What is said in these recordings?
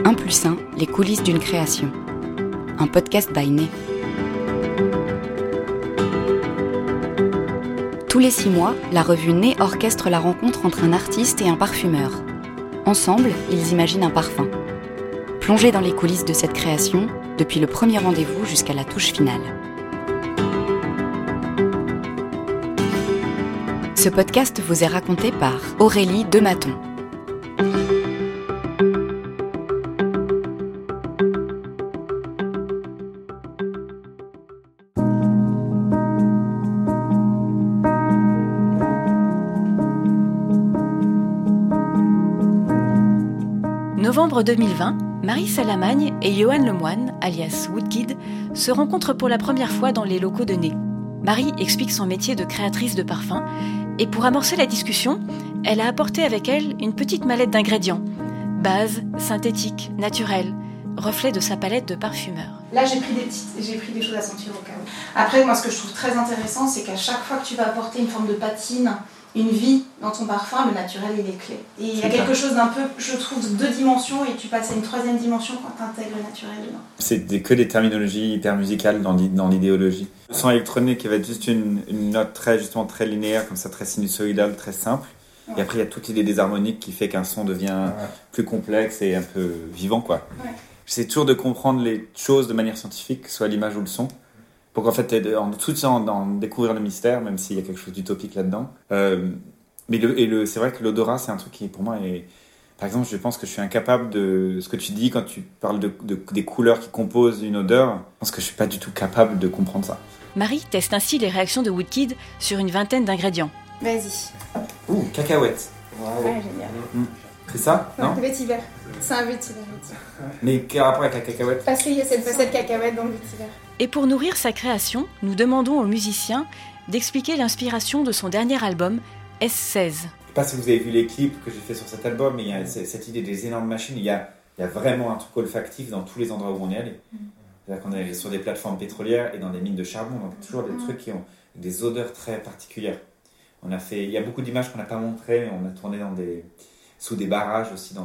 1+1, les coulisses d'une création. Un podcast by Né. Tous les 6 mois, la revue Né orchestre la rencontre entre un artiste et un parfumeur. Ensemble, ils imaginent un parfum. Plongez dans les coulisses de cette création, depuis le premier rendez-vous jusqu'à la touche finale. Ce podcast vous est raconté par Aurélie Dematon. Novembre 2020, Marie Salamagne et Johan Lemoine, alias Woodkid, se rencontrent pour la première fois dans les locaux de Né. Marie explique son métier de créatrice de parfums et pour amorcer la discussion, elle a apporté avec elle une petite mallette d'ingrédients. Base, synthétique, naturelle, reflet de sa palette de parfumeur. Là, j'ai pris des choses à sentir au cas où. Après, moi, ce que je trouve très intéressant, c'est qu'à chaque fois que tu vas apporter une forme de patine, une vie dans ton parfum, le naturel, il est clé. Et il y a quelque chose d'un peu, je trouve, de 2 dimensions, et tu passes à une 3e dimension quand tu intègres le naturel dedans. C'est que des terminologies hyper musicales dans l'idéologie. Le son électronique, il va être juste une note très linéaire, comme ça, très sinusoïdale, très simple. Ouais. Et après, il y a toute l'idée des harmoniques qui fait qu'un son devient plus complexe et un peu vivant, quoi. Ouais. J'essaie toujours de comprendre les choses de manière scientifique, que ce soit l'image ou le son, pour qu'en fait, tout de suite en découvrir le mystère, même s'il y a quelque chose d'utopique là-dedans. Mais c'est vrai que l'odorat, c'est un truc qui, pour moi, est... Par exemple, je pense que je suis incapable de... Ce que tu dis quand tu parles des couleurs qui composent une odeur, je pense que je suis pas du tout capable de comprendre ça. Marie teste ainsi les réactions de Woodkid sur une 20aine d'ingrédients. Vas-y. Ouh, cacahuètes. Wow. Ouais, génial. C'est ça, non? Vétiver. C'est un vétiver. Mais quel rapport avec la cacahuète? Parce qu'il y a cette cacahuète dans le vétiver. Et pour nourrir sa création, nous demandons au musicien d'expliquer l'inspiration de son dernier album, S16. Je ne sais pas si vous avez vu les clips que j'ai fait sur cet album, mais il y a cette idée des énormes machines. Il y a vraiment un truc olfactif dans tous les endroits où on est allé. C'est-à-dire qu'on est allé sur des plateformes pétrolières et dans des mines de charbon, donc toujours des trucs qui ont des odeurs très particulières. Il y a beaucoup d'images qu'on n'a pas montrées, on a tourné sous des barrages aussi,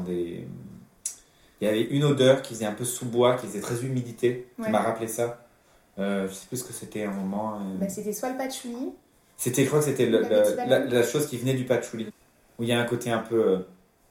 il y avait une odeur qui faisait un peu sous-bois, qui faisait très humidité, qui m'a rappelé ça. Je ne sais plus ce que c'était à un moment. C'était soit le patchouli. Je crois que c'était la chose qui venait du patchouli. Où il y a un côté un peu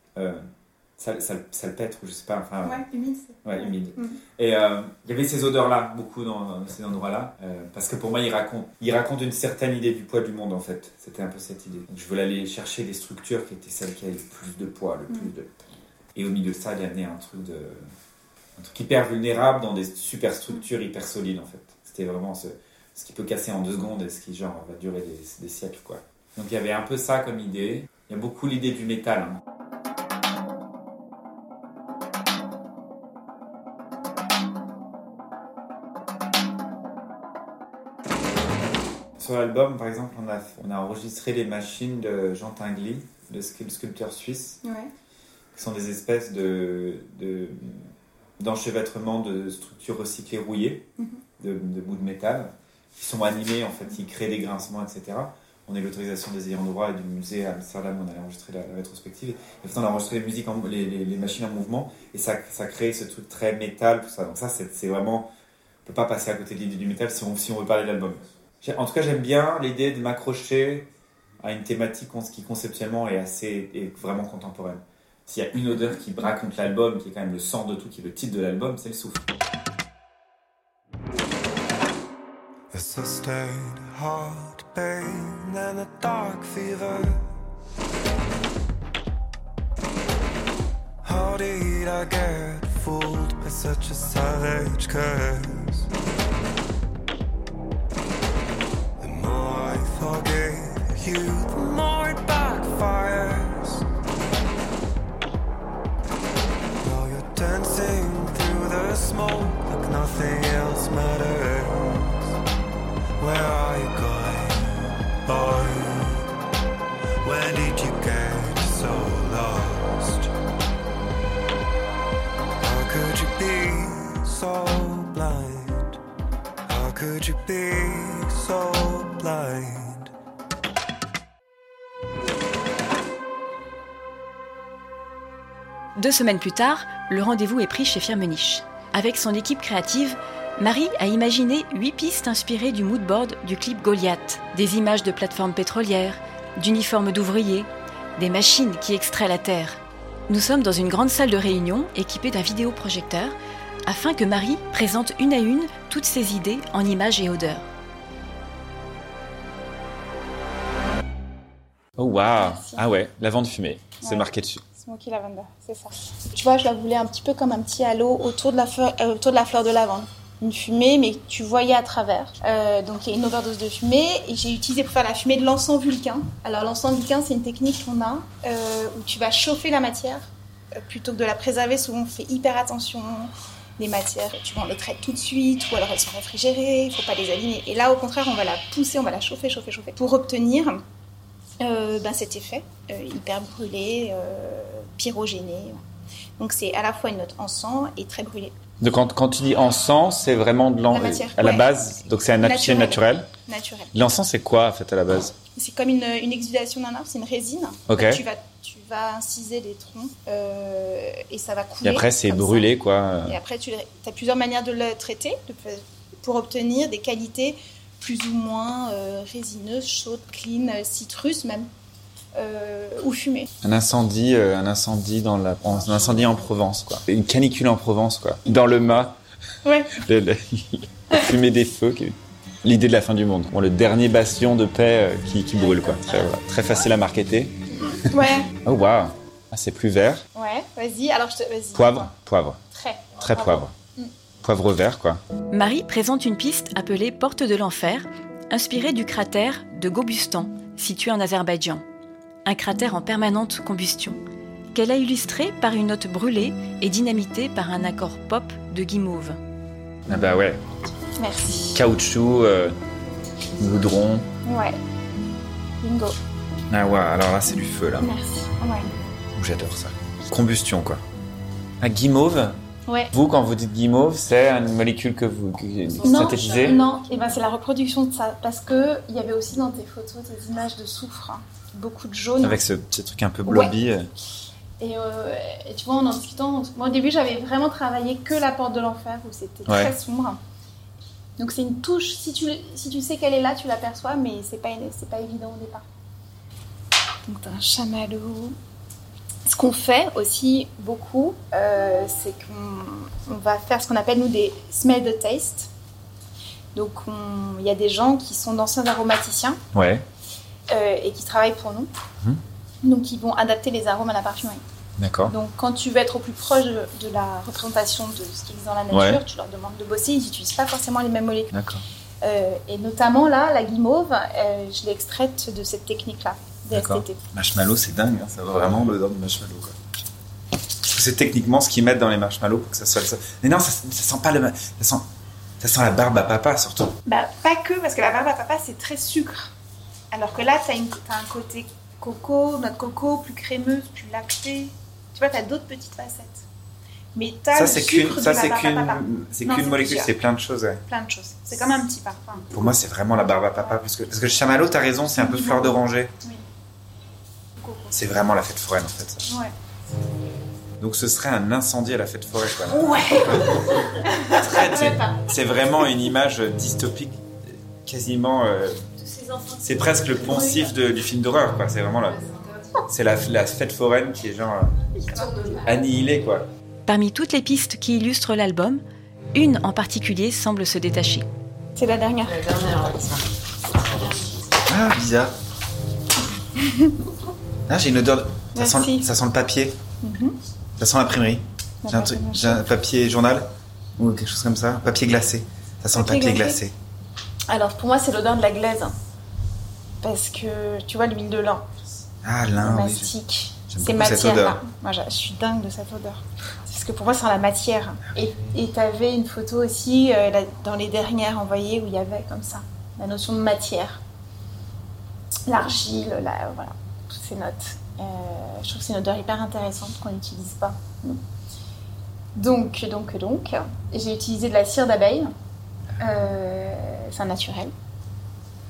salpêtre, ou je sais pas. Enfin, humide. Ouais, humide. Et il y avait ces odeurs-là, beaucoup dans ces endroits-là. Parce que pour moi, il raconte une certaine idée du poids du monde, en fait. C'était un peu cette idée. Donc, je voulais aller chercher des structures qui étaient celles qui avaient le plus de poids, Et au milieu de ça, il y avait un truc hyper vulnérable dans des super structures hyper solides, en fait. C'était vraiment ce qui peut casser en 2 secondes et ce qui va durer des siècles, quoi. Donc il y avait un peu ça comme idée. Il y a beaucoup l'idée du métal. Sur l'album, par exemple, on a enregistré les machines de Jean Tinguely, le sculpteur suisse, qui sont des espèces d'enchevêtrement de structures recyclées rouillées, de bouts de métal, qui sont animés, en fait, ils créent des grincements, etc. On a eu l'autorisation des ayants droit et du musée à Amsterdam, on a enregistré la rétrospective. Et en fait, on a enregistré les machines en mouvement, et ça crée ce truc très métal, tout ça. Donc ça, c'est vraiment... On peut pas passer à côté de l'idée du métal si on veut parler de l'album. En tout cas, j'aime bien l'idée de m'accrocher à une thématique qui conceptuellement est vraiment contemporaine. S'il y a une odeur qui raconte l'album, qui est quand même le sang de tout, qui est le titre de l'album, c'est le soufre. A sustained heart pain and a dark fever. How did I get fooled by such a savage curse? The more I forgive you, the more it backfires. Now you're dancing through the smoke like nothing else matters. Where are you going, boy? Where did you get so lost? How could you be so blind? How could you be so blind? 2 semaines plus tard, le rendez-vous est pris chez Firmenich. Avec son équipe créative, Marie a imaginé 8 pistes inspirées du moodboard du clip Goliath. Des images de plateformes pétrolières, d'uniformes d'ouvriers, des machines qui extraient la terre. Nous sommes dans une grande salle de réunion équipée d'un vidéoprojecteur afin que Marie présente une à une toutes ses idées en images et odeurs. Oh waouh. Ah ouais, lavande fumée, c'est marqué dessus. Smoky lavender, c'est ça. Tu vois, je la voulais un petit peu comme un petit halo autour de la fleur de lavande. Une fumée, mais tu voyais à travers. Donc il y a une overdose de fumée et j'ai utilisé pour faire la fumée de l'encens vulcain. Alors l'encens vulcain, c'est une technique qu'on a où tu vas chauffer la matière plutôt que de la préserver. Souvent on fait hyper attention. Les matières, tu vois, on les traite tout de suite ou alors elles sont réfrigérées, il ne faut pas les abîmer. Et là au contraire, on va la pousser, on va la chauffer pour obtenir cet effet hyper brûlé, pyrogéné. Donc c'est à la fois une note encens et très brûlée. Donc quand tu dis encens, c'est vraiment de la base, donc c'est un naturel. Naturel. L'encens, c'est quoi en fait à la base? C'est comme une exudation d'un arbre, c'est une résine. Okay. Tu vas inciser les troncs et ça va couler. Et après c'est brûlé ça. quoi. Et après tu as plusieurs manières de le traiter pour obtenir des qualités plus ou moins résineuses, chaudes, clean, citrus même. Ou fumée. Un incendie en Provence, quoi. Une canicule en Provence, quoi. Dans le mât. Ouais. La fumée des feux, l'idée de la fin du monde. Bon, le dernier bastion de paix qui brûle, quoi. Très facile à marketer. Ouais. Oh waouh. Ah, c'est plus vert. Ouais. Vas-y. Alors vas-y. Poivre. Très bravo. poivre. Poivre vert, quoi. Marie présente une piste appelée Porte de l'Enfer, inspirée du cratère de Gobustan, situé en Azerbaïdjan. Un cratère en permanente combustion, qu'elle a illustré par une note brûlée et dynamitée par un accord pop de guimauve. Ah bah ouais. Merci. Caoutchouc, goudron. Ouais. Bingo. Ah ouais, alors là c'est du feu là. Merci. Ouais. J'adore ça. Combustion quoi. Ah, guimauve. Ouais. Vous, quand vous dites guimauve, c'est une molécule que vous synthétisez? Non, et c'est la reproduction de ça. Parce qu'il y avait aussi dans tes photos des images de soufre, hein. Beaucoup de jaune. Avec ce petit truc un peu blobby. Ouais. Et tu vois, en discutant, moi au début j'avais vraiment travaillé que la porte de l'enfer où c'était très sombre. Donc c'est une touche, si tu sais qu'elle est là, tu l'aperçois, mais c'est pas évident au départ. Donc t'as un chamallow. Ce qu'on fait aussi beaucoup, c'est qu'on va faire ce qu'on appelle nous des smell the taste. Donc il y a des gens qui sont d'anciens aromaticiens et qui travaillent pour nous. Donc ils vont adapter les arômes à la parfumerie. D'accord. Donc quand tu veux être au plus proche de la représentation de ce qui existe dans la nature, tu leur demandes de bosser, ils n'utilisent pas forcément les mêmes molécules. D'accord. Et notamment là, la guimauve, je l'ai extraite de cette technique-là. D'accord. Marshmallow, c'est dingue, hein, ça a vraiment l'odeur de marshmallow, quoi. Parce que c'est techniquement ce qu'ils mettent dans les marshmallows pour que ça soit ça. Mais non, ça sent pas ça sent la barbe à papa surtout. Bah pas que, parce que la barbe à papa c'est très sucre. Alors que là, t'as un côté coco, noix de coco, plus crémeuse, plus lactée. Tu vois, t'as d'autres petites facettes. Mais t'as c'est qu'une molécule, c'est plein de choses. Ouais. Plein de choses. C'est comme un petit parfum. Pour moi, c'est vraiment la barbe à papa. Parce que le chamallow, t'as raison, c'est un peu fleur d'oranger. Oui. C'est vraiment la fête foraine en fait. Ça. Ouais. Donc ce serait un incendie à la fête foraine. Quoi. Ouais. C'est vraiment une image dystopique, quasiment. C'est presque le poncif du film d'horreur. Quoi. C'est vraiment c'est la fête foraine qui est genre annihilée quoi. Parmi toutes les pistes qui illustrent l'album, une en particulier semble se détacher. C'est la dernière. Ah, bizarre. Ah, j'ai une odeur. Ça sent le papier. Ça sent l'imprimerie. J'ai un papier journal ou quelque chose comme ça. Papier glacé. Ça sent le papier glacé. Alors pour moi, c'est l'odeur de la glaise. Parce que tu vois l'huile de lin. Ah, lin. Le mastic. J'aime ces beaucoup cette odeur. Moi, je suis dingue de cette odeur. Parce que pour moi, c'est la matière. Et tu avais une photo aussi dans les dernières envoyées où il y avait comme ça la notion de matière. L'argile, voilà, toutes ces notes. Je trouve que c'est une odeur hyper intéressante qu'on n'utilise pas. Donc, j'ai utilisé de la cire d'abeille. C'est un naturel.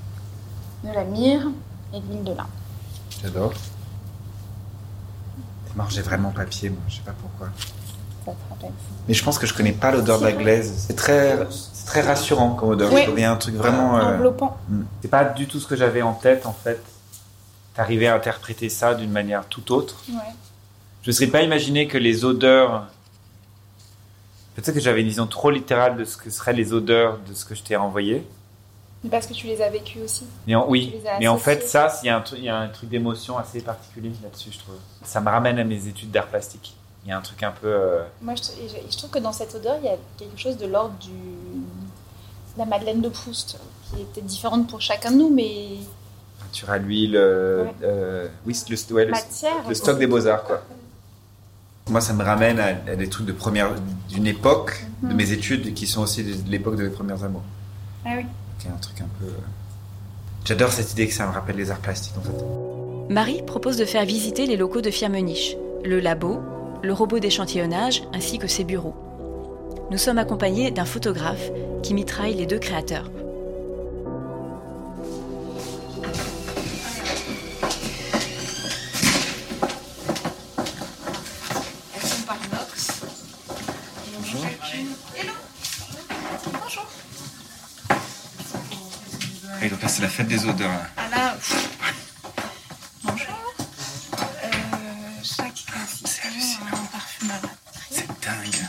De la myrrhe et de l'huile de lin. J'adore. mangeais vraiment papier, moi, je sais pas pourquoi. Ça te rappelle. Mais je pense que je connais pas l'odeur de la glaise. C'est très rassurant comme odeur. Oui. Il y a un truc vraiment... Enveloppant. C'est pas du tout ce que j'avais en tête, en fait. T'arrivais à interpréter ça d'une manière tout autre. Ouais. Je ne serais pas imaginé que les odeurs... Peut-être que j'avais une vision trop littérale de ce que seraient les odeurs de ce que je t'ai envoyé. Parce que tu les as vécues aussi. Oui, Tu les as mais en associés. fait, ça, il y a un truc d'émotion assez particulier là-dessus, je trouve. Ça me ramène à mes études d'art plastique. Il y a un truc un peu... Moi, je trouve que dans cette odeur, il y a quelque chose de l'ordre de la Madeleine de Proust, qui est peut-être différente pour chacun de nous, mais... Peinture à l'huile... oui, Matière. le stock des beaux-arts, quoi. Moi, ça me ramène à des trucs d'une époque de mes études qui sont aussi de l'époque de mes premiers amours. Ah oui. Qui est un truc un peu... J'adore cette idée que ça me rappelle les arts plastiques, en fait. Marie propose de faire visiter les locaux de Firmenich, le labo, le robot d'échantillonnage ainsi que ses bureaux. Nous sommes accompagnés d'un photographe qui mitraille les deux créateurs. Elles sont par box. Bonjour. Hello. Bonjour. Et donc là, c'est la fête des odeurs, là. Ah là, bonjour. Chaque assistant a un parfum à C'est dingue.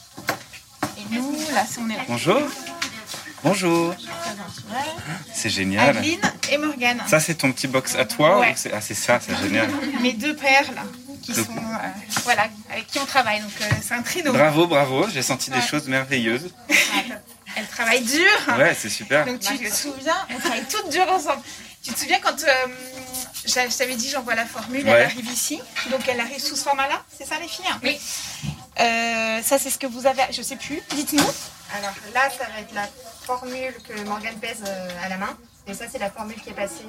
Et nous, là, on est là. Bonjour. Bonjour. C'est génial. Adeline et Morgane. Ça, c'est ton petit box à toi Ouais. ou c'est ça, c'est génial. Mes deux pères, là, qui Donc- sont... voilà, avec qui on travaille. Donc, c'est un trio. Bravo, j'ai senti des Ouais. choses merveilleuses. Elles travaillent dur. Ouais, c'est super. Donc, tu te souviens, on travaille toutes dur ensemble. Tu te souviens quand je t'avais dit, j'envoie la formule, Ouais. elle arrive ici. Donc, elle arrive sous ce format-là. C'est ça, les filles? Oui. Ça, c'est ce que vous avez... Je sais plus. Dites-nous. Alors là, ça va être la formule que Morgane pèse à la main. Et ça, c'est la formule qui est passée,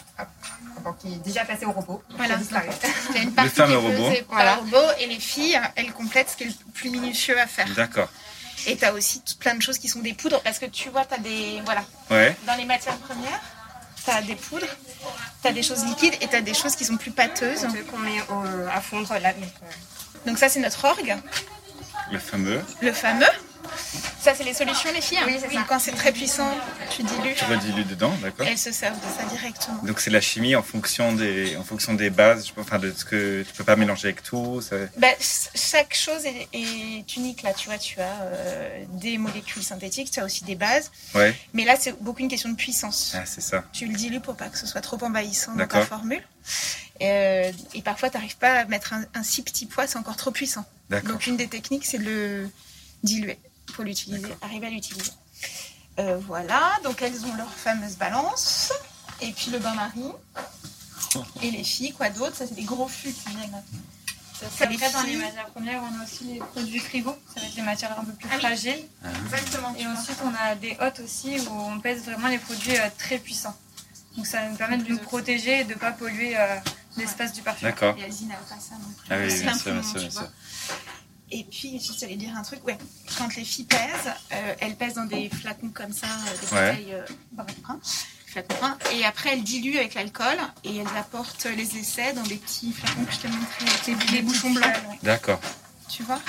qui est déjà passée au robot. Voilà. Qui a disparu. Il y a une partie fameux qui est robot. faisée par le robot et les filles, elles complètent ce qui est le plus minutieux à faire. D'accord. Et tu as aussi plein de choses qui sont des poudres parce que tu vois, tu as des... Voilà. Ouais. Dans les matières premières, tu as des poudres, tu as des choses liquides et tu as des choses qui sont plus pâteuses. Qu'on met à fondre là. Donc ça, c'est notre orgue, Le fameux. le fameux. Ça, c'est les solutions, les filles. Oui, c'est ça. Quand c'est très puissant, tu dilues. Tu redilues dedans, d'accord. Elles se servent de ça directement. Donc c'est la chimie en fonction des bases, enfin de ce que tu peux pas mélanger avec tout. Ça... Bah, chaque chose est unique là, tu vois, tu as des molécules synthétiques, tu as aussi des bases, Ouais. mais là c'est beaucoup une question de puissance. Ah, c'est ça. Tu le dilues pour pas que ce soit trop envahissant dans D'accord. ta formule. Et parfois tu n'arrives pas à mettre un si petit poids, c'est encore trop puissant. D'accord. Donc une des techniques c'est de le diluer pour l'utiliser, arriver à l'utiliser. Voilà, donc elles ont leur fameuse balance, et puis le bain-marie, et les filles, quoi d'autre, ça c'est des gros fûts qui viennent. Ça, les Après, dans les filles. matières premières, on a aussi les produits frigo. Ça va être des matières un peu plus Ah oui. fragiles. Exactement. Et ensuite, on a des hôtes aussi où on pèse vraiment les produits très puissants. Donc ça va nous permettre de nous protéger et de ne pas polluer l'espace du parfum. D'accord. Et Alizine n'a pas ça non plus. Ah oui, C'est bien un sûr, peu bien long, sûr, tu bien vois. sûr. Et puis, je t'allais dire un truc, ouais. Quand les filles pèsent, elles pèsent dans des flacons comme ça, des Ouais. bouteilles flacons bruns. Et après, elles diluent avec l'alcool et elles apportent les essais dans des petits flacons que je t'ai montré avec les bouchons blancs. D'accord. Tu vois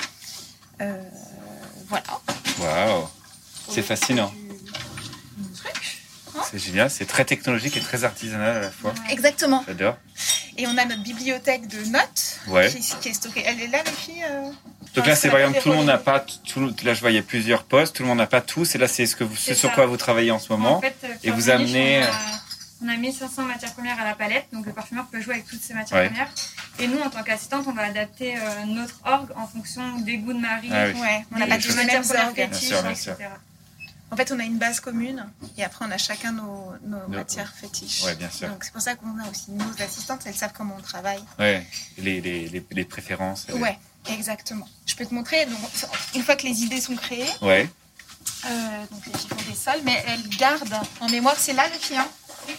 Voilà. Waouh. C'est fascinant. Du truc. C'est génial. C'est très technologique et très artisanal à la fois. Exactement. J'adore. Et on a notre bibliothèque de notes Ouais. qui est stockée. Elle est là, les filles Donc là, c'est par exemple, tout le monde n'a pas tout. Là, je vois, il y a plusieurs postes. Tout le monde n'a pas tous. Et là, c'est ce C'est sur ça. quoi vous travaillez en ce moment. En fait, Et vous Firmenich, amenez- On a 1500 matières premières à la palette, donc le parfumeur peut jouer avec toutes ces matières Ouais. premières. Et nous, en tant qu'assistante, on va adapter notre orgue en fonction des goûts de Marie, Ah oui. Ouais, on n'a des pas des tous les matières mêmes premières orgues. fétiches, Bien sûr, bien sûr. etc. En fait, on a une base commune et après, on a chacun nos matières fétiches. Ouais, bien sûr. Donc, c'est pour ça qu'on a aussi nos assistantes, elles savent comment on travaille. Ouais. Les préférences. Ouais, exactement. Je peux te montrer. Donc, une fois que les idées sont créées, Ouais. donc les filles font des sols, mais elles gardent en mémoire, c'est là les filles, hein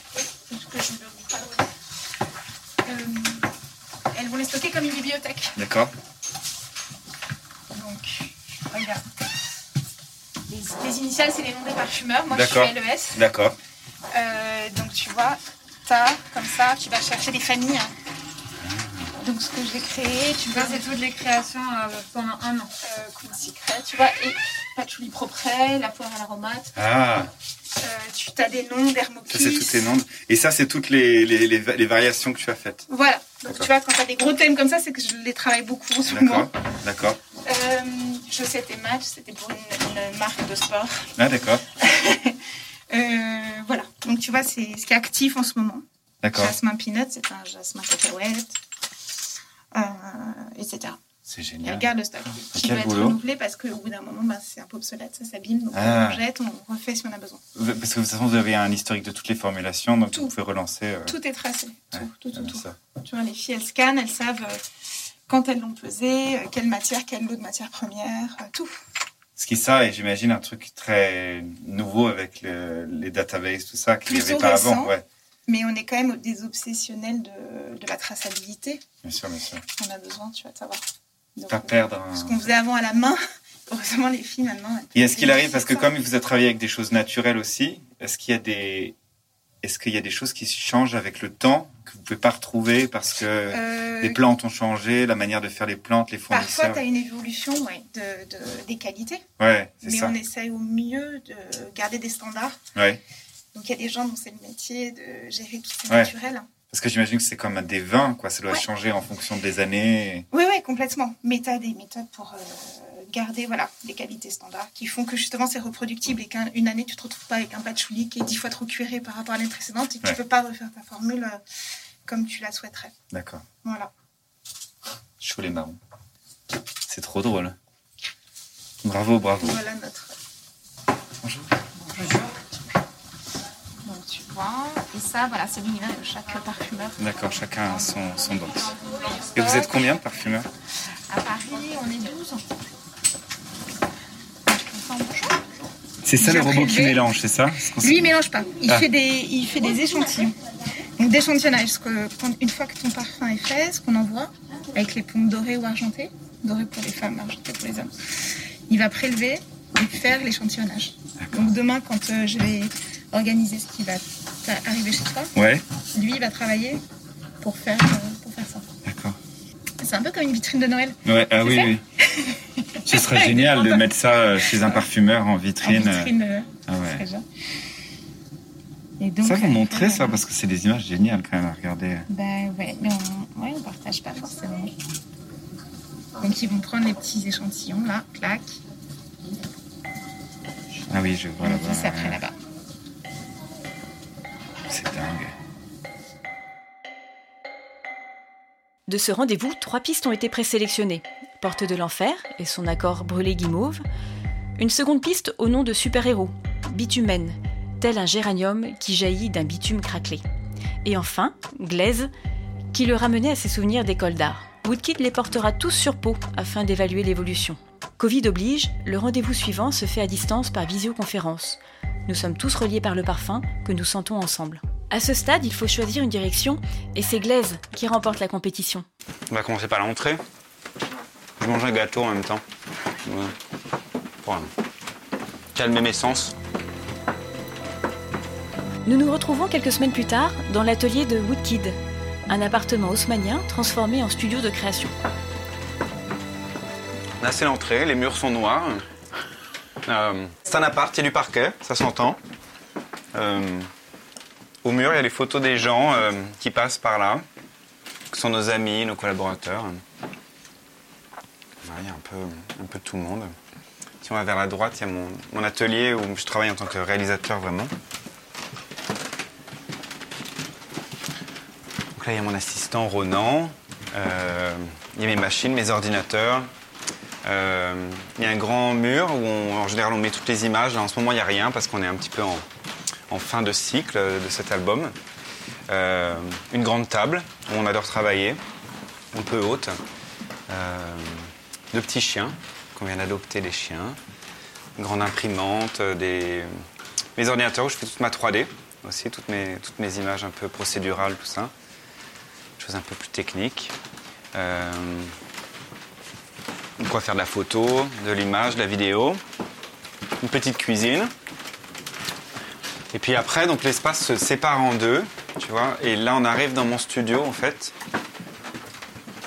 elles vont les stocker comme une bibliothèque. D'accord. Donc, regarde. Les initiales, c'est les noms des parfumeurs. Moi, D'accord. je suis LES. D'accord. Donc, tu vois, t'as comme ça, tu vas chercher des familles. Donc, ce que j'ai créé, tu vois, Ça, c'est toutes les créations pendant un an. Cool Secret, tu vois, et Patchouli Propre, la poire à l'aromate. Ah, Tu as des noms ça d'Hermokis. c'est toutes tes noms. Et ça, c'est toutes les variations que tu as faites. Voilà. Donc, D'accord. tu vois, quand tu as des gros thèmes comme ça, c'est que je les travaille beaucoup en ce moment. D'accord. Chaussettes et match, c'était pour une marque de sport. Ah, d'accord. Voilà. Donc, tu vois, c'est ce qui est actif en ce moment. D'accord. Jasmin Peanut, c'est un jasmin cacahuète, etc. C'est Et génial. regarde le stock qui Quel va être boulot. renouvelé parce qu'au bout d'un moment, c'est un peu obsolète, ça s'abîme. Donc, Ah. on jette, on refait si on a besoin. Parce que de toute façon, vous avez un historique de toutes les formulations, donc Tout. vous pouvez relancer. Tout est tracé. Tout. Ça. Tu vois, les filles, elles scannent, elles savent quand elles l'ont pesé, quelle matière, quel lot de matière première, tout. Ce qui est ça, et j'imagine un truc très nouveau avec les databases, tout ça, qu'il n'y avait Plutôt pas récent. avant. Ouais, Mais on est quand même des obsessionnels de la traçabilité. bien sûr, bien sûr. On a besoin, tu vas de savoir. Donc, Pas perdre ce un... qu'on faisait avant à la main, heureusement, les filles, maintenant... elles Et est-ce qu'il peuvent arrive, parce que ça. comme vous avez travaillé avec des choses naturelles aussi, est-ce qu'il y a des choses qui changent avec le temps, que vous ne pouvez pas retrouver parce que les plantes ont changé, la manière de faire les plantes, les Parfois, fournisseurs? tu as une évolution des qualités, Ouais, c'est mais ça. on essaye au mieux de garder des standards. Ouais. Donc, il y a des gens dont c'est le métier de gérer tout ce qui est Ouais. naturel. Parce que j'imagine que c'est comme des vins, quoi. Ça doit Ouais. changer en fonction des années. Oui, complètement. Mais tu as des méthodes pour garder des qualités standards qui font que justement c'est reproductible et qu'une année tu te retrouves pas avec un patchouli qui est 10 fois trop cuiré par rapport à l'année précédente et que tu peux pas refaire ta formule comme tu la souhaiterais. D'accord. Voilà. Chaud les marrons. C'est trop drôle. Bravo. Voilà notre... Bonjour. Donc tu vois, et ça voilà, c'est l'univers de chaque parfumeur. D'accord, chacun a son box. Et vous êtes combien de parfumeurs? À Paris, on est 12. C'est ça le Déjà robot qui prélevé. mélange, c'est ça? Lui, il mélange pas. Il Ah. fait des échantillons. Donc d'échantillonnage. Une fois que ton parfum est fait, ce qu'on envoie, avec les pompes dorées ou argentées, dorées pour les femmes, argentées pour les hommes, il va prélever et faire l'échantillonnage. Donc demain, quand je vais organiser ce qui va arriver chez toi, Ouais. lui, il va travailler pour faire ça. D'accord. C'est un peu comme une vitrine de Noël. Ouais, ah C'est oui, ça oui. Ce serait génial de mettre ça chez un parfumeur en vitrine. En vitrine, Ah ouais. très bien. Et donc, Ça, vous montrez après, ça, parce que c'est des images géniales quand même à regarder. Ben ouais, mais on partage pas forcément. Donc ils vont prendre les petits échantillons là, clac, Ah oui, je vois et là-bas. on après ouais. là-bas. C'est dingue. De ce rendez-vous, 3 pistes ont été présélectionnées. Porte de l'enfer et son accord brûlé guimauve. Une seconde piste au nom de super-héros, bitumène, tel un géranium qui jaillit d'un bitume craquelé. Et enfin, glaise, qui le ramenait à ses souvenirs d'école d'art. Woodkid les portera tous sur peau afin d'évaluer l'évolution. Covid oblige, le rendez-vous suivant se fait à distance par visioconférence. Nous sommes tous reliés par le parfum que nous sentons ensemble. À ce stade, il faut choisir une direction et c'est Glaise qui remporte la compétition. On va commencer par l'entrée. Je mange un gâteau en même temps. Ouais. Pour calmer mes sens. Nous nous retrouvons quelques semaines plus tard dans l'atelier de Woodkid, un appartement haussmannien transformé en studio de création. Là, c'est l'entrée. Les murs sont noirs. C'est un appart, il y a du parquet, ça s'entend. Au mur, il y a les photos des gens qui passent par là, qui sont nos amis, nos collaborateurs. Il y a un peu tout le monde. Si on va vers la droite, il y a mon atelier où je travaille en tant que réalisateur vraiment. Donc là, il y a mon assistant Ronan. Il y a mes machines, mes ordinateurs. Il y a un grand mur où en général on met toutes les images. Là, en ce moment, il n'y a rien parce qu'on est un petit peu en fin de cycle de cet album. Une grande table où on adore travailler, un peu haute. 2 petits chiens qu'on vient d'adopter, des chiens. Une grande imprimante, mes ordinateurs où je fais toute ma 3D aussi, toutes mes images un peu procédurales, tout ça. Des choses un peu plus techniques. On pourra faire de la photo, de l'image, de la vidéo. Une petite cuisine. Et puis après, donc l'espace se sépare en deux, tu vois. Et là, on arrive dans mon studio, en fait.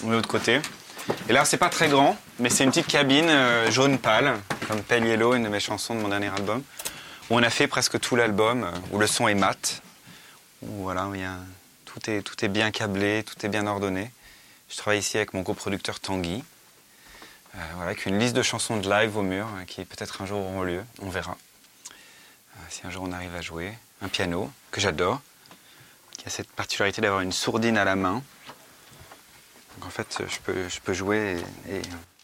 de l'autre côté. Et là, c'est pas très grand, mais c'est une petite cabine jaune pâle, comme Pale Yellow, une de mes chansons de mon dernier album, où on a fait presque tout l'album, où le son est mat, où voilà, où tout est bien câblé, tout est bien ordonné. Je travaille ici avec mon coproducteur Tanguy, voilà, avec une liste de chansons de live au mur, qui peut-être un jour auront lieu, on verra. Si un jour on arrive à jouer. Un piano, que j'adore, qui a cette particularité d'avoir une sourdine à la main. Donc en fait, je peux jouer et...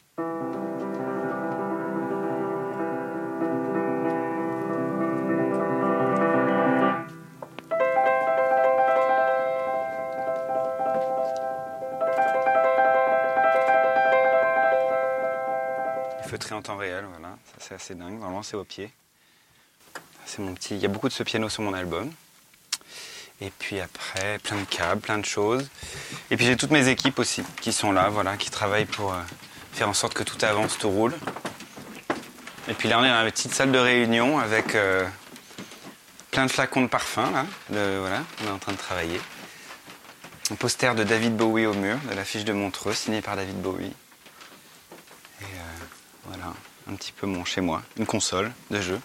Feutré en temps réel, voilà, ça c'est assez dingue. Normalement, c'est au pied. C'est mon petit... Il y a beaucoup de ce piano sur mon album. Et puis après, plein de câbles, plein de choses. Et puis j'ai toutes mes équipes aussi qui sont là, voilà, qui travaillent pour faire en sorte que tout avance, tout roule. Et puis là, on est dans une petite salle de réunion avec plein de flacons de parfum, là. Voilà, on est en train de travailler. Un poster de David Bowie au mur, de l'affiche de Montreux, signé par David Bowie. Et voilà, un petit peu mon chez moi, une console de jeu.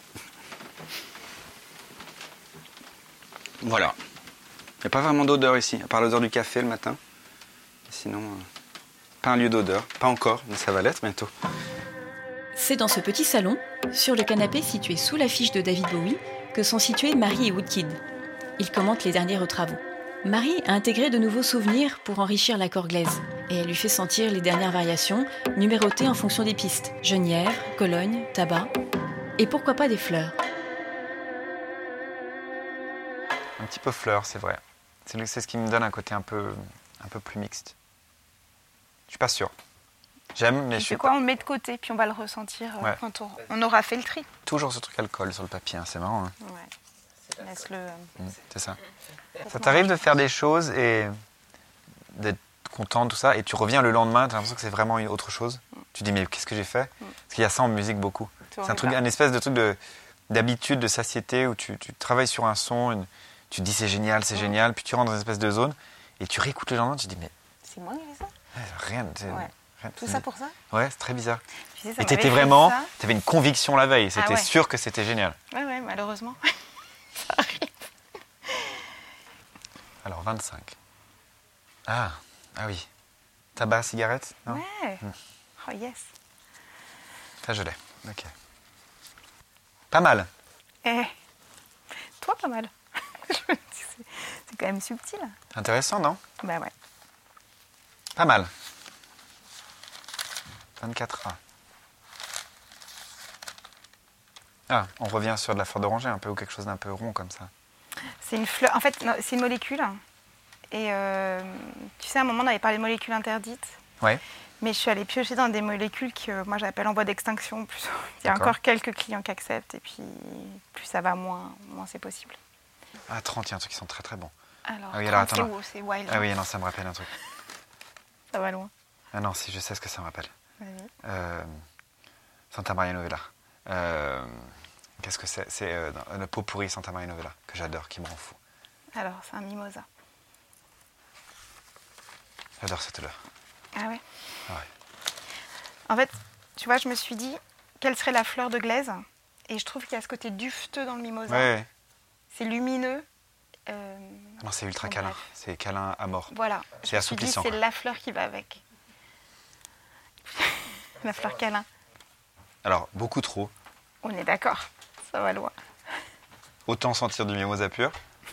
Voilà. Il n'y a pas vraiment d'odeur ici, à part l'odeur du café le matin. Sinon, pas un lieu d'odeur. Pas encore, mais ça va l'être bientôt. C'est dans ce petit salon, sur le canapé situé sous l'affiche de David Bowie, que sont situés Marie et Woodkid. Ils commentent les derniers travaux. Marie a intégré de nouveaux souvenirs pour enrichir l'accord glaise. Et elle lui fait sentir les dernières variations, numérotées en fonction des pistes. Genièvre, Cologne, tabac. Et pourquoi pas des fleurs. Un petit peu fleur, c'est vrai. C'est ce qui me donne un côté un peu plus mixte. Je suis pas sûr. J'aime, mais je suis quoi, on met de côté, puis on va le ressentir quand on aura fait le tri. Toujours ce truc alcool sur le papier, hein, c'est marrant. Hein. Ouais. Laisse-le. C'est ça. Ça t'arrive de faire des choses et d'être content, tout ça, et tu reviens le lendemain, tu as l'impression que c'est vraiment autre chose. Tu te dis, mais qu'est-ce que j'ai fait? Parce qu'il y a ça en musique beaucoup. C'est un espèce de truc d'habitude, de satiété, où tu travailles sur un son, tu te dis c'est génial, puis tu rentres dans une espèce de zone, et tu réécoutes le lendemain, tu te dis, mais... C'est moi qui ai fait ça? Rien. Tout ça pour ça? Ouais, c'est très bizarre. Tu sais, et t'étais vraiment... T'avais une conviction la veille, c'était sûr que c'était génial. Ouais, malheureusement. Ça arrive. Alors, 25. Ah oui. Tabac, cigarette? Non? Ouais. Oh yes. Ça, je l'ai. Ok. Pas mal. Toi, pas mal. C'est quand même subtil. Intéressant, non? Bah ouais. Pas mal. 24 A. Ah, on revient sur de la fleur d'oranger un peu, ou quelque chose d'un peu rond comme ça. C'est une fleur. En fait, c'est une molécule. Et tu sais, à un moment, on avait parlé de molécules interdites. Ouais. Mais je suis allée piocher dans des molécules que moi j'appelle en voie d'extinction. Il y a encore quelques clients qui acceptent. Et puis, plus ça va, moins c'est possible. Ah, 30, il y a un truc qui sent très très bon. Alors, ah oui, alors attends. C'est wild. Ah oui, non, ça me rappelle un truc. Ça va loin. Ah non, si, je sais ce que ça me rappelle. Vas-y. Santa Maria Novella. Qu'est-ce que c'est? C'est le pot pourri Santa Maria Novella, que j'adore, qui me rend fou. Alors, c'est un mimosa. J'adore cette odeur. Ah ouais? Ah ouais. En fait, tu vois, je me suis dit, quelle serait la fleur de glaise? Et je trouve qu'il y a ce côté dufteux dans le mimosa. Ouais. C'est lumineux. Non, c'est ultra câlin. Bref. C'est câlin à mort. Voilà. C'est assouplissant. C'est la fleur qui va avec. La fleur câlin. Alors, beaucoup trop. On est d'accord. Ça va loin. Autant sentir du mimosa pur.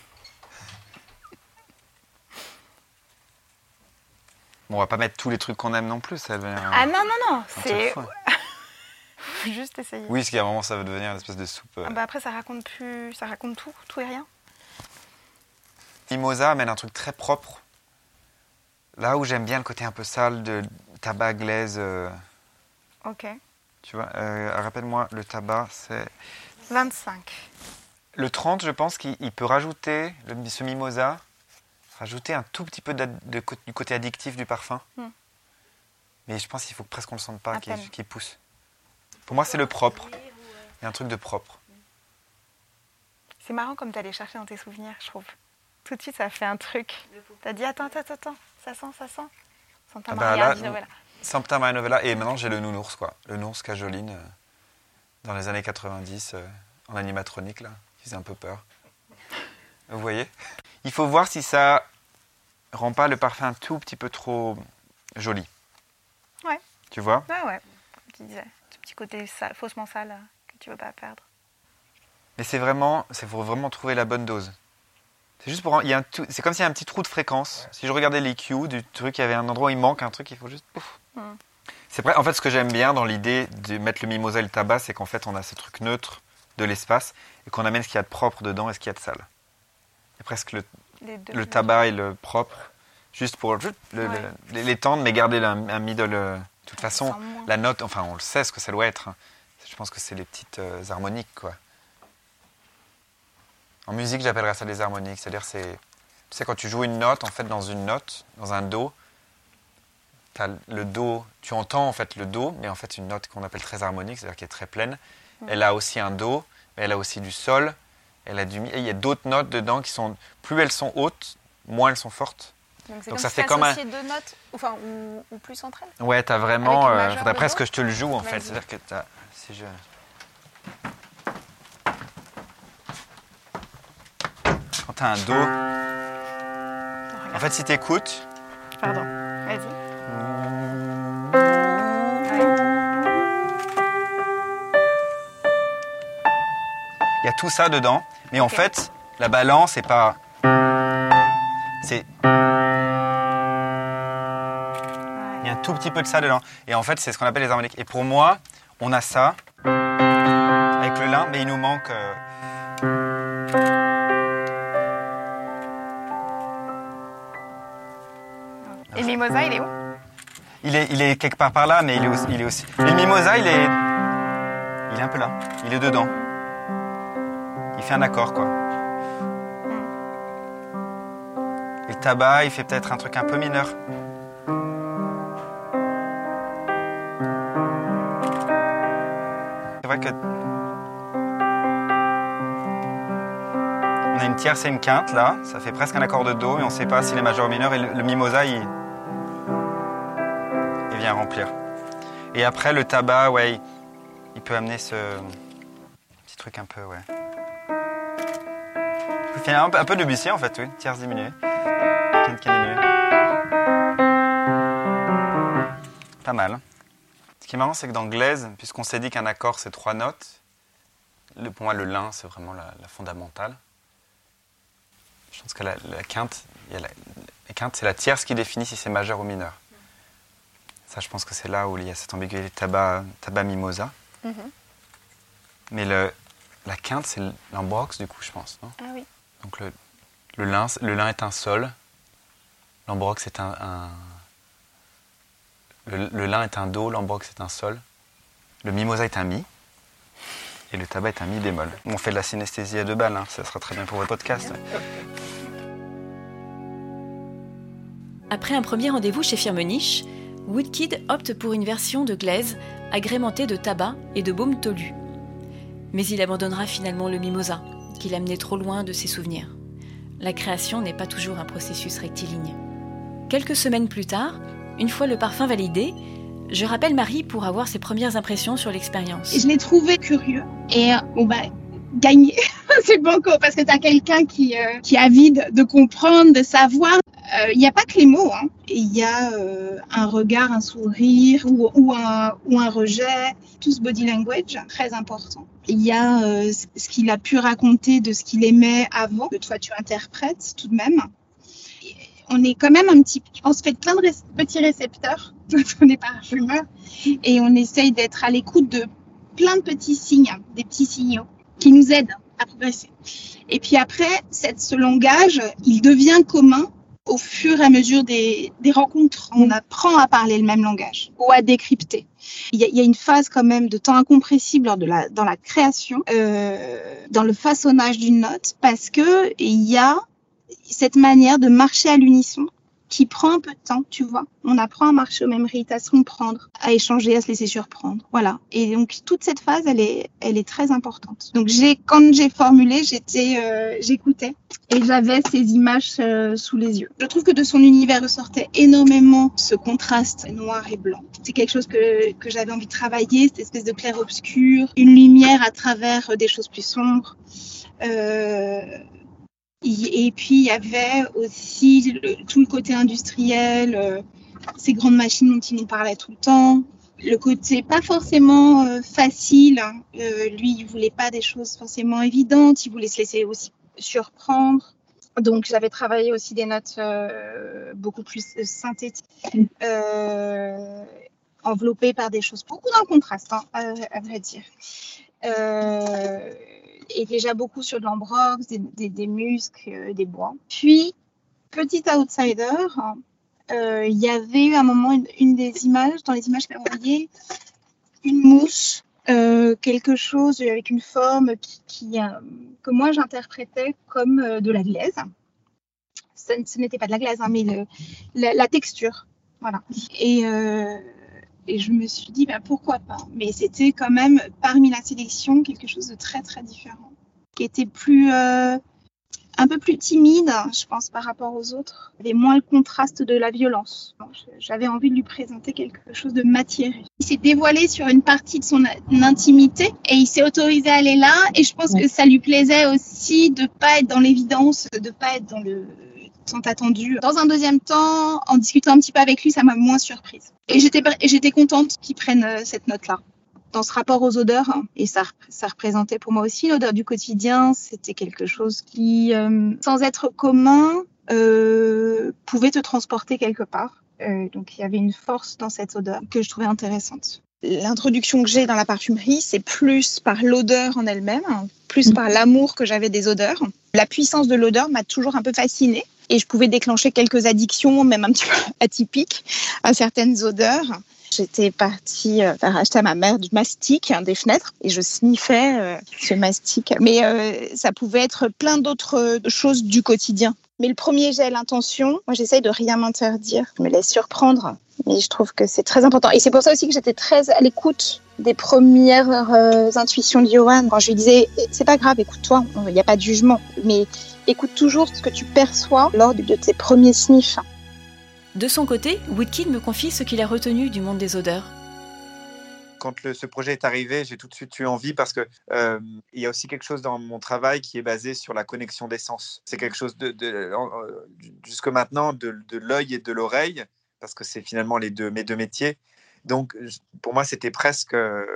Bon, on va pas mettre tous les trucs qu'on aime non plus, ça va devenir... Ah non, c'est... Faut juste essayer. Oui, parce qu'à un moment, ça va devenir une espèce de soupe... Bah après, ça raconte tout et rien. Mimosa amène un truc très propre. Là où j'aime bien le côté un peu sale de tabac glaise... Ok. Tu vois, rappelle-moi, le tabac, c'est... 25. Le 30, je pense qu'il peut rajouter, ce mimosa, rajouter un tout petit peu du côté addictif du parfum. Mais je pense qu'il faut presque qu'on ne le sente pas, qu'il pousse. Pour moi, c'est le propre. Il y a un truc de propre. C'est marrant comme tu allais chercher dans tes souvenirs, je trouve. Tout de suite, ça fait un truc. Tu as dit, attends. Ça sent. Santa Maria di Novella. Santa Maria Novella. Et maintenant, j'ai le nounours, quoi. Le nounours Cajoline, dans les années 90, en animatronique, là, qui faisait un peu peur. Vous voyez ? Il faut voir si ça rend pas le parfum un tout petit peu trop joli. Ouais. Tu vois ? Ouais. Comme tu disais, ce petit côté sale, faussement sale que tu veux pas perdre. Mais c'est pour vraiment trouver la bonne dose. C'est juste c'est comme s'il y a un petit trou de fréquence. Si je regardais les cues du truc, il y avait un endroit où il manque un truc, il faut juste... Pouf. C'est vrai, en fait, ce que j'aime bien dans l'idée de mettre le mimosa et le tabac, c'est qu'en fait, on a ce truc neutre de l'espace et qu'on amène ce qu'il y a de propre dedans et ce qu'il y a de sale. Et presque le tabac et le propre, juste pour les tendre, mais garder un middle. De toute façon, la note, enfin, on le sait ce que ça doit être. Je pense que c'est les petites harmoniques, quoi. En musique, j'appellerais ça des harmoniques. C'est-à-dire, tu sais, quand tu joues une note, en fait, dans un do, t'as le do, tu entends en fait le do, mais en fait une note qu'on appelle très harmonique, c'est-à-dire qui est très pleine. Elle a aussi un do, mais elle a aussi du sol, elle a du mi. Et il y a d'autres notes dedans qui sont, plus elles sont hautes, moins elles sont fortes. Donc ça fait comme associer deux notes, enfin ou plus entre elles. Ouais, t'as vraiment. Faudrait presque que je te le joue en fait. C'est-à-dire que si je. Quand t'as un do, en fait, si t'écoutes. Pardon. Vas-y. Il y a tout ça dedans, mais en fait, la balance c'est pas. C'est. Il y a un tout petit peu de ça dedans. Et en fait, c'est ce qu'on appelle les harmoniques. Et pour moi, on a ça avec le lin, mais il nous manque. Et le mimosa, il est où ? Il est quelque part par là, mais il est aussi. Le mimosa, il est un peu là. Il est dedans. Il fait un accord, quoi. Et le tabac, il fait peut-être un truc un peu mineur. C'est vrai que on a une tierce et une quinte là, ça fait presque un accord de do, mais on ne sait pas s'il est majeur ou mineur. Et le mimosa, il vient remplir. Et après, le tabac, ouais, il peut amener ce petit truc un peu, ouais. Il fait un peu de Debussy en fait, oui. Tierce diminuée. Quinte diminuée. Pas mal. Ce qui est marrant, c'est que dans Glaise, puisqu'on s'est dit qu'un accord c'est 3 notes, pour moi le lin c'est vraiment la fondamentale. Je pense que la quinte, la quinte c'est la tierce qui définit si c'est majeur ou mineur. Ça, je pense que c'est là où il y a cette ambiguïté tabac mimosa. Mais la quinte, c'est l'ambrox, du coup, je pense, non ? Ah oui. Donc le lin est un sol, l'ambrox est le lin est un do, l'ambrox est un sol, le mimosa est un mi, et le tabac est un mi bémol. On fait de la synesthésie à 2 balles, hein, ça sera très bien pour votre podcast. Après un premier rendez-vous chez Firmenich, Woodkid opte pour une version de glaise agrémentée de tabac et de baume tolu. Mais il abandonnera finalement le mimosa, qui l'amenait trop loin de ses souvenirs. La création n'est pas toujours un processus rectiligne. Quelques semaines plus tard, une fois le parfum validé, je rappelle Marie pour avoir ses premières impressions sur l'expérience. Je l'ai trouvé curieux et on va gagner. C'est banco parce que tu as quelqu'un qui est avide de comprendre, de savoir. Il n'y a pas que les mots, hein. Il y a un regard, un sourire ou un rejet, tout ce body language très important. Il y a ce qu'il a pu raconter de ce qu'il aimait avant, que toi tu interprètes tout de même. On est quand même on se fait plein de petits récepteurs, on est parfumeur, et on essaye d'être à l'écoute de plein de petits signes, des petits signaux qui nous aident à progresser. Et puis après, ce langage, il devient commun au fur et à mesure des rencontres. On apprend à parler le même langage ou à décrypter. Il y a une phase quand même de temps incompressible dans la création, dans le façonnage d'une note, parce que il y a cette manière de marcher à l'unisson qui prend un peu de temps, tu vois. On apprend à marcher au même rythme, à se comprendre, à échanger, à se laisser surprendre. Voilà. Et donc, toute cette phase, elle est très importante. Donc, quand j'ai formulé, j'écoutais et j'avais ces images sous les yeux. Je trouve que de son univers ressortait énormément ce contraste noir et blanc. C'est quelque chose que j'avais envie de travailler, cette espèce de clair-obscur, une lumière à travers des choses plus sombres. Et puis, il y avait aussi tout le côté industriel, ces grandes machines dont il nous parlait tout le temps. Le côté pas forcément facile. Lui, il voulait pas des choses forcément évidentes. Il voulait se laisser aussi surprendre. Donc, j'avais travaillé aussi des notes beaucoup plus synthétiques, enveloppées par des choses beaucoup dans le contraste, à vrai dire. Et déjà beaucoup sur de l'ambrox, des muscs, des bois. Puis, petit outsider, il y avait eu à un moment une des images, dans les images qu'elle a envoyées, une mousse, quelque chose avec une forme que moi j'interprétais comme de la glaise. Ce n'était pas de la glaise, mais la texture. Voilà. Et je me suis dit, pourquoi pas. Mais c'était quand même, parmi la sélection, quelque chose de très, très différent. Qui était un peu plus timide, je pense, par rapport aux autres. Il y avait moins le contraste de la violence. Donc, j'avais envie de lui présenter quelque chose de matière. Il s'est dévoilé sur une partie de son intimité et il s'est autorisé à aller là. Et je pense que ça lui plaisait aussi de ne pas être dans l'évidence, de ne pas être dans le tant attendu. Dans un deuxième temps, en discutant un petit peu avec lui, ça m'a moins surprise. Et j'étais contente qu'il prenne cette note-là. Dans ce rapport aux odeurs, et ça représentait pour moi aussi l'odeur du quotidien, c'était quelque chose qui, sans être commun, pouvait te transporter quelque part. Donc il y avait une force dans cette odeur que je trouvais intéressante. L'introduction que j'ai dans la parfumerie, c'est plus par l'odeur en elle-même, plus par l'amour que j'avais des odeurs. La puissance de l'odeur m'a toujours un peu fascinée et je pouvais déclencher quelques addictions, même un petit peu atypiques, à certaines odeurs. J'étais partie faire acheter à ma mère du mastic des fenêtres et je sniffais ce mastic. Mais ça pouvait être plein d'autres choses du quotidien. Mais le premier jet, l'intention, moi j'essaye de rien m'interdire. Je me laisse surprendre, mais je trouve que c'est très important. Et c'est pour ça aussi que j'étais très à l'écoute des premières intuitions de Johan. Quand je lui disais, c'est pas grave, écoute-toi, il n'y a pas de jugement, mais écoute toujours ce que tu perçois lors de tes premiers sniffs. De son côté, Woodkid me confie ce qu'il a retenu du monde des odeurs. Quand ce projet est arrivé, j'ai tout de suite eu envie parce que il y a aussi quelque chose dans mon travail qui est basé sur la connexion des sens. C'est quelque chose jusque maintenant de l'œil et de l'oreille, parce que c'est finalement mes deux métiers. Donc, pour moi, c'était presque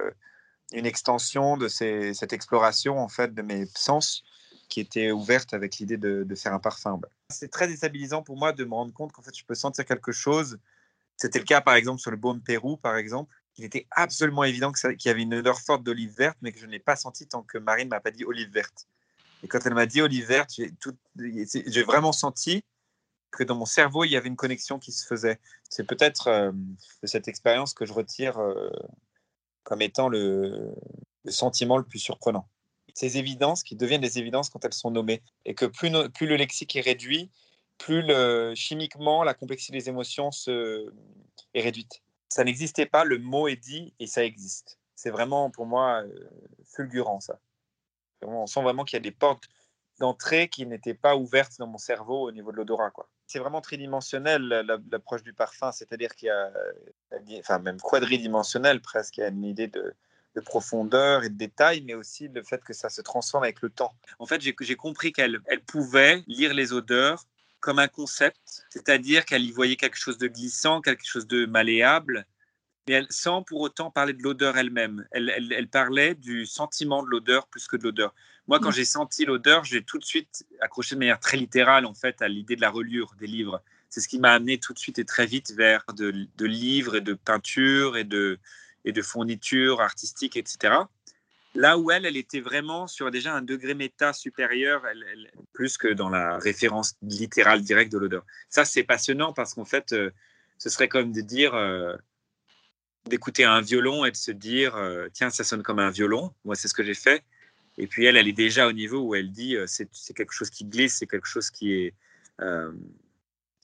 une extension de cette exploration en fait de mes sens qui était ouverte avec l'idée de faire un parfum. C'est très déstabilisant pour moi de me rendre compte qu'en fait, je peux sentir quelque chose. C'était le cas, par exemple, sur le baume Pérou, par exemple. Il était absolument évident qu'il y avait une odeur forte d'olive verte, mais que je n'ai pas senti tant que Marine ne m'a pas dit olive verte. Et quand elle m'a dit olive verte, j'ai vraiment senti que dans mon cerveau, il y avait une connexion qui se faisait. C'est peut-être de cette expérience que je retire comme étant le sentiment le plus surprenant. Ces évidences qui deviennent des évidences quand elles sont nommées. Et que plus le lexique est réduit, plus chimiquement, la complexité des émotions est réduite. Ça n'existait pas, le mot est dit et ça existe. C'est vraiment, pour moi, fulgurant, ça. On sent vraiment qu'il y a des portes d'entrée qui n'étaient pas ouvertes dans mon cerveau au niveau de l'odorat, quoi. C'est vraiment tridimensionnel, l'approche du parfum, c'est-à-dire qu'il y a, enfin même quadridimensionnel presque, il y a une idée de profondeur et de détail, mais aussi le fait que ça se transforme avec le temps. En fait, j'ai compris qu'elle pouvait lire les odeurs comme un concept, c'est-à-dire qu'elle y voyait quelque chose de glissant, quelque chose de malléable, mais sans pour autant parler de l'odeur elle-même. Elle parlait du sentiment de l'odeur plus que de l'odeur. Moi, quand j'ai senti l'odeur, j'ai tout de suite accroché de manière très littérale en fait, à l'idée de la reliure des livres. C'est ce qui m'a amené tout de suite et très vite vers de livres et de peintures et de fournitures artistiques, etc. Là où elle était vraiment sur déjà un degré méta supérieur, plus que dans la référence littérale directe de l'odeur. Ça, c'est passionnant parce qu'en fait, ce serait comme de dire, d'écouter un violon et de se dire, tiens, ça sonne comme un violon. Moi, c'est ce que j'ai fait. Et puis elle est déjà au niveau où elle dit, c'est quelque chose qui glisse, c'est quelque chose qui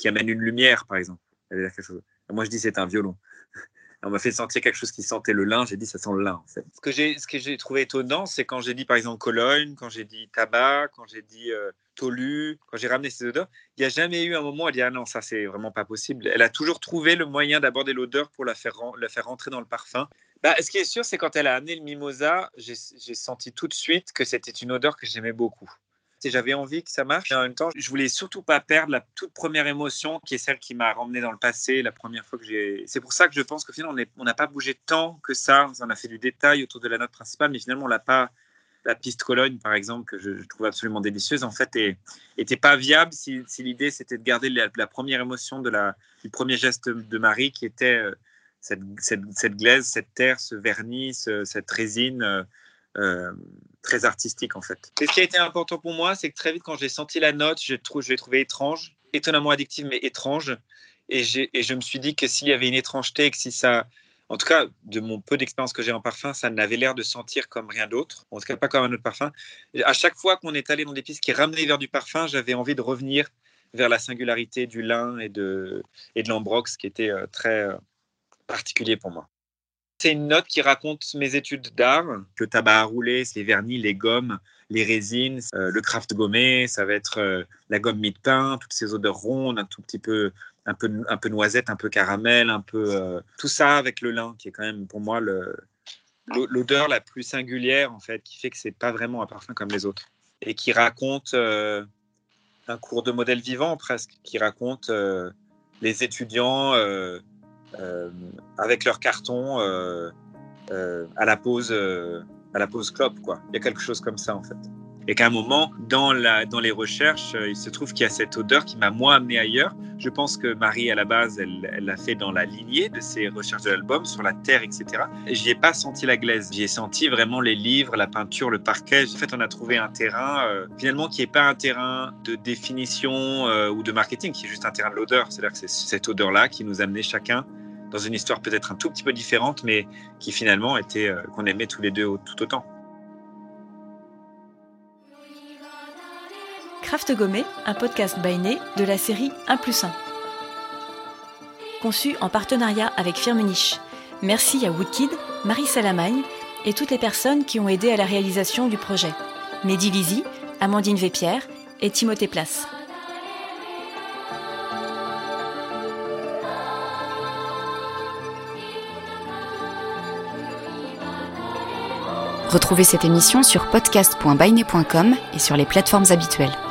qui amène une lumière, par exemple. Ça veut dire quelque chose. Moi, je dis c'est un violon. On m'a fait sentir quelque chose qui sentait le lin. J'ai dit ça sent le lin, en fait. Ce que j'ai trouvé étonnant, c'est quand j'ai dit, par exemple, Cologne, quand j'ai dit tabac, quand j'ai dit tolu, quand j'ai ramené ces odeurs, il n'y a jamais eu un moment où elle dit ah non, ça c'est vraiment pas possible. Elle a toujours trouvé le moyen d'aborder l'odeur pour la faire rentrer dans le parfum. Ce qui est sûr, c'est quand elle a amené le mimosa, j'ai senti tout de suite que c'était une odeur que j'aimais beaucoup. J'avais envie que ça marche. Et en même temps, je voulais surtout pas perdre la toute première émotion qui est celle qui m'a ramené dans le passé, la première fois que j'ai... C'est pour ça que je pense qu'au final, on n'a pas bougé tant que ça. On a fait du détail autour de la note principale, mais finalement, on l'a pas... La piste Cologne, par exemple, que je trouve absolument délicieuse, en fait, était pas viable si l'idée, c'était de garder la première émotion du premier geste de Marie, qui était cette glaise, cette terre, ce vernis, cette résine... très artistique en fait. Et ce qui a été important pour moi, c'est que très vite quand j'ai senti la note, je l'ai trouvée étrange, étonnamment addictive mais étrange, et je me suis dit que s'il y avait une étrangeté et que si ça, en tout cas de mon peu d'expérience que j'ai en parfum, ça n'avait l'air de sentir comme rien d'autre, en tout cas pas comme un autre parfum. À chaque fois qu'on est allé dans des pistes qui ramenaient vers du parfum, j'avais envie de revenir vers la singularité du lin et de l'ambrox qui était très particulier pour moi. C'est une note qui raconte mes études d'art, le tabac à rouler, les vernis, les gommes, les résines, le craft gommé, ça va être la gomme mie de pain, toutes ces odeurs rondes, un tout petit peu, un peu noisette, un peu caramel, un peu tout ça avec le lin, qui est quand même pour moi l'odeur la plus singulière en fait, qui fait que c'est pas vraiment un parfum comme les autres et qui raconte un cours de modèle vivant presque, qui raconte les étudiants. Avec leur carton à la pause clope, quoi. Il y a quelque chose comme ça en fait. Et qu'à un moment, dans les recherches, il se trouve qu'il y a cette odeur qui m'a moi amené ailleurs. Je pense que Marie, à la base, elle l'a fait dans la lignée de ses recherches de l'album, sur la terre, etc. Et j'y ai pas senti la glaise. J'y ai senti vraiment les livres, la peinture, le parquet. En fait, on a trouvé un terrain, finalement, qui n'est pas un terrain de définition ou de marketing, qui est juste un terrain de l'odeur. C'est-à-dire que c'est cette odeur-là qui nous amenait chacun dans une histoire peut-être un tout petit peu différente, mais qui finalement était qu'on aimait tous les deux tout autant. Craft Gommé, un podcast by Né de la série 1+1. Conçu en partenariat avec Firme Niche. Merci à Woodkid, Marie Salamagne et toutes les personnes qui ont aidé à la réalisation du projet. Mehdi Lizy, Amandine Vépierre et Timothée Place. Retrouvez cette émission sur podcast.byné.com et sur les plateformes habituelles.